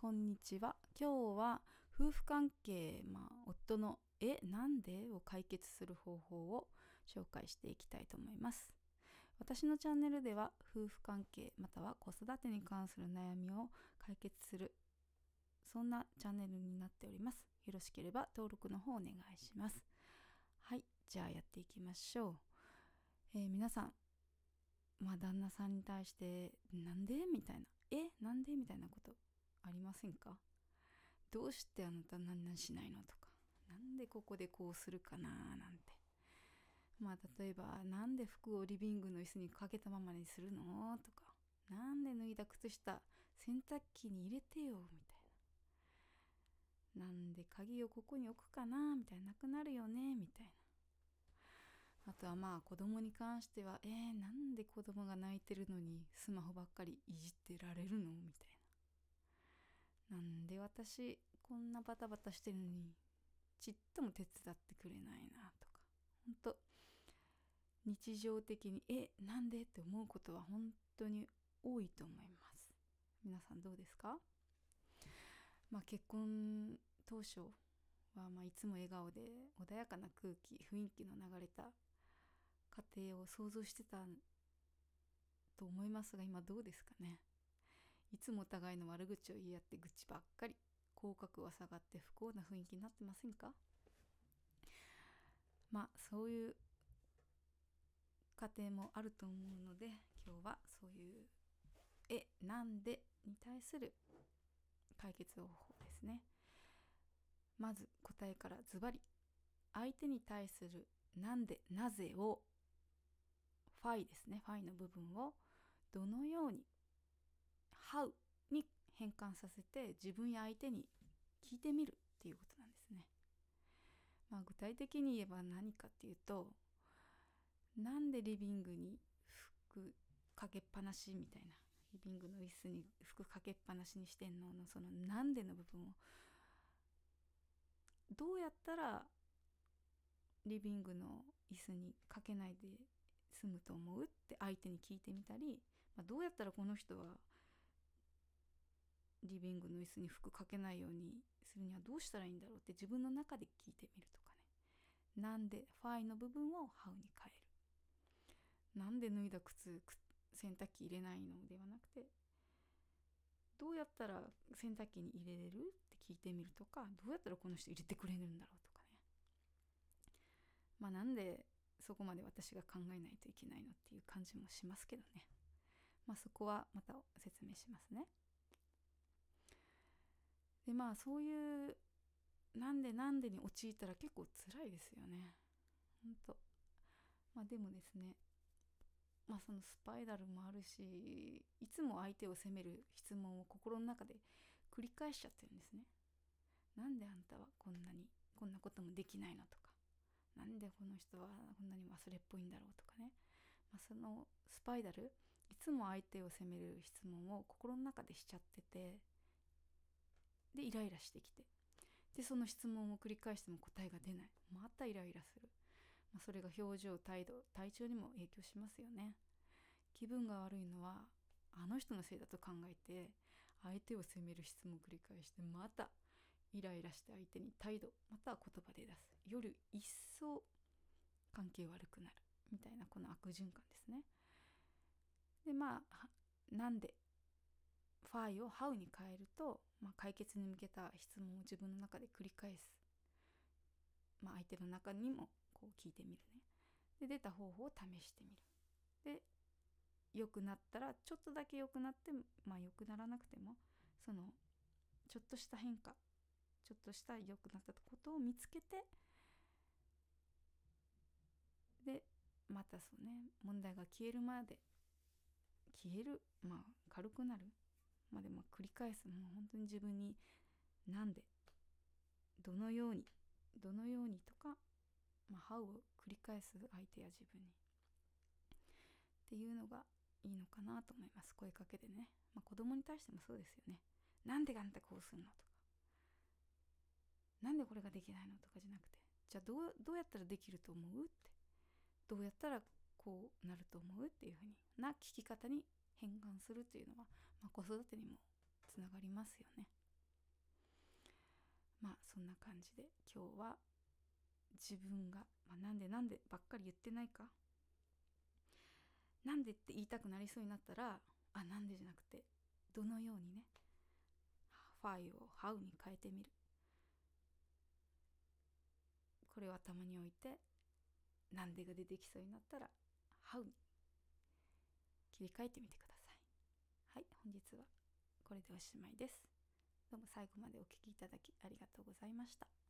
こんにちは。今日は夫婦関係、夫のなんでを解決する方法を紹介していきたいと思います。私のチャンネルでは夫婦関係または子育てに関する悩みを解決する、そんなチャンネルになっております。よろしければ登録の方お願いします。はい、じゃあやっていきましょう。皆さん、旦那さんに対してなんでみたいななんでみたいなことありませんか？どうしてあなた何々しないのとか、なんでここでこうするかななんて。例えば、なんで服をリビングの椅子にかけたままにするのとか、なんで脱いだ靴下洗濯機に入れてよみたいな。なんで鍵をここに置くかなみたいな、なくなるよねみたいな。あとは子供に関してはなんで子供が泣いてるのにスマホばっかりいじってられるのみたいな。なんで私こんなバタバタしてるのにちっとも手伝ってくれないなとか、ほんと日常的になんでって思うことは本当に多いと思います。皆さんどうですか？結婚当初はいつも笑顔で穏やかな空気雰囲気の流れた家庭を想像してたと思いますが、今どうですかね。いつもお互いの悪口を言い合って愚痴ばっかり、口角は下がって不幸な雰囲気になってませんか？そういう家庭もあると思うので、今日はそういうなんでに対する解決方法ですね。まず答えからズバリ、相手に対するなんでなぜをファイですね、ファイの部分をどのようにHow に変換させて自分や相手に聞いてみるっていうことなんですね。具体的に言えば何かっていうと、なんでリビングに服かけっぱなしみたいな、リビングの椅子に服かけっぱなしにしてんののそのなんでの部分をどうやったらリビングの椅子にかけないで済むと思うって相手に聞いてみたり、どうやったらこの人はリビングの椅子に服かけないようにするにはどうしたらいいんだろうって自分の中で聞いてみるとかね。なんでファイの部分をハウに変える。なんで脱いだ靴洗濯機入れないのではなくて、どうやったら洗濯機に入れれるって聞いてみるとか、どうやったらこの人入れてくれるんだろうとかね。なんでそこまで私が考えないといけないのっていう感じもしますけどね。そこはまた説明しますね。でそういうなんでに陥ったら結構辛いですよね。本当。でもですね、そのスパイラルもあるし、いつも相手を責める質問を心の中で繰り返しちゃってるんですね。なんであんたはこんなこともできないのとか、なんでこの人はこんなに忘れっぽいんだろうとかね。そのスパイラル、いつも相手を責める質問を心の中でしちゃってて、でイライラしてきて、でその質問を繰り返しても答えが出ない、またイライラする。それが表情、態度、体調にも影響しますよね。気分が悪いのはあの人のせいだと考えて相手を責める質問を繰り返して、またイライラして相手に態度または言葉で出す。より一層関係悪くなるみたいな、この悪循環ですね。でなんでファイをハウに変えると、解決に向けた質問を自分の中で繰り返す。相手の中にもこう聞いてみるね。で出た方法を試してみる。で良くなったらちょっとだけ良くなって、良くならなくてもそのちょっとした変化、ちょっとした良くなったことを見つけて、でまた問題が消えるまで軽くなるまで繰り返す。もう本当に自分になんでどのようにとか、how を繰り返す相手や自分にっていうのがいいのかなと思います。声かけでね。子供に対してもそうですよね。なんであんたこうすんのとか、なんでこれができないのとかじゃなくて、じゃあどうやったらできると思うって、どうやったらこうなると思うっていう風な聞き方に変換するっていうのは、子育てにもつながりますよね。 そんな感じで今日は自分が、なんでばっかり言ってないか、なんでって言いたくなりそうになったら、なんでじゃなくて、どのようにね、ファイをハウに変えてみる。これを頭に置いて、なんでが出てきそうになったらハウに切り替えてみてください。はい、本日はこれでおしまいです。どうも最後までお聞きいただきありがとうございました。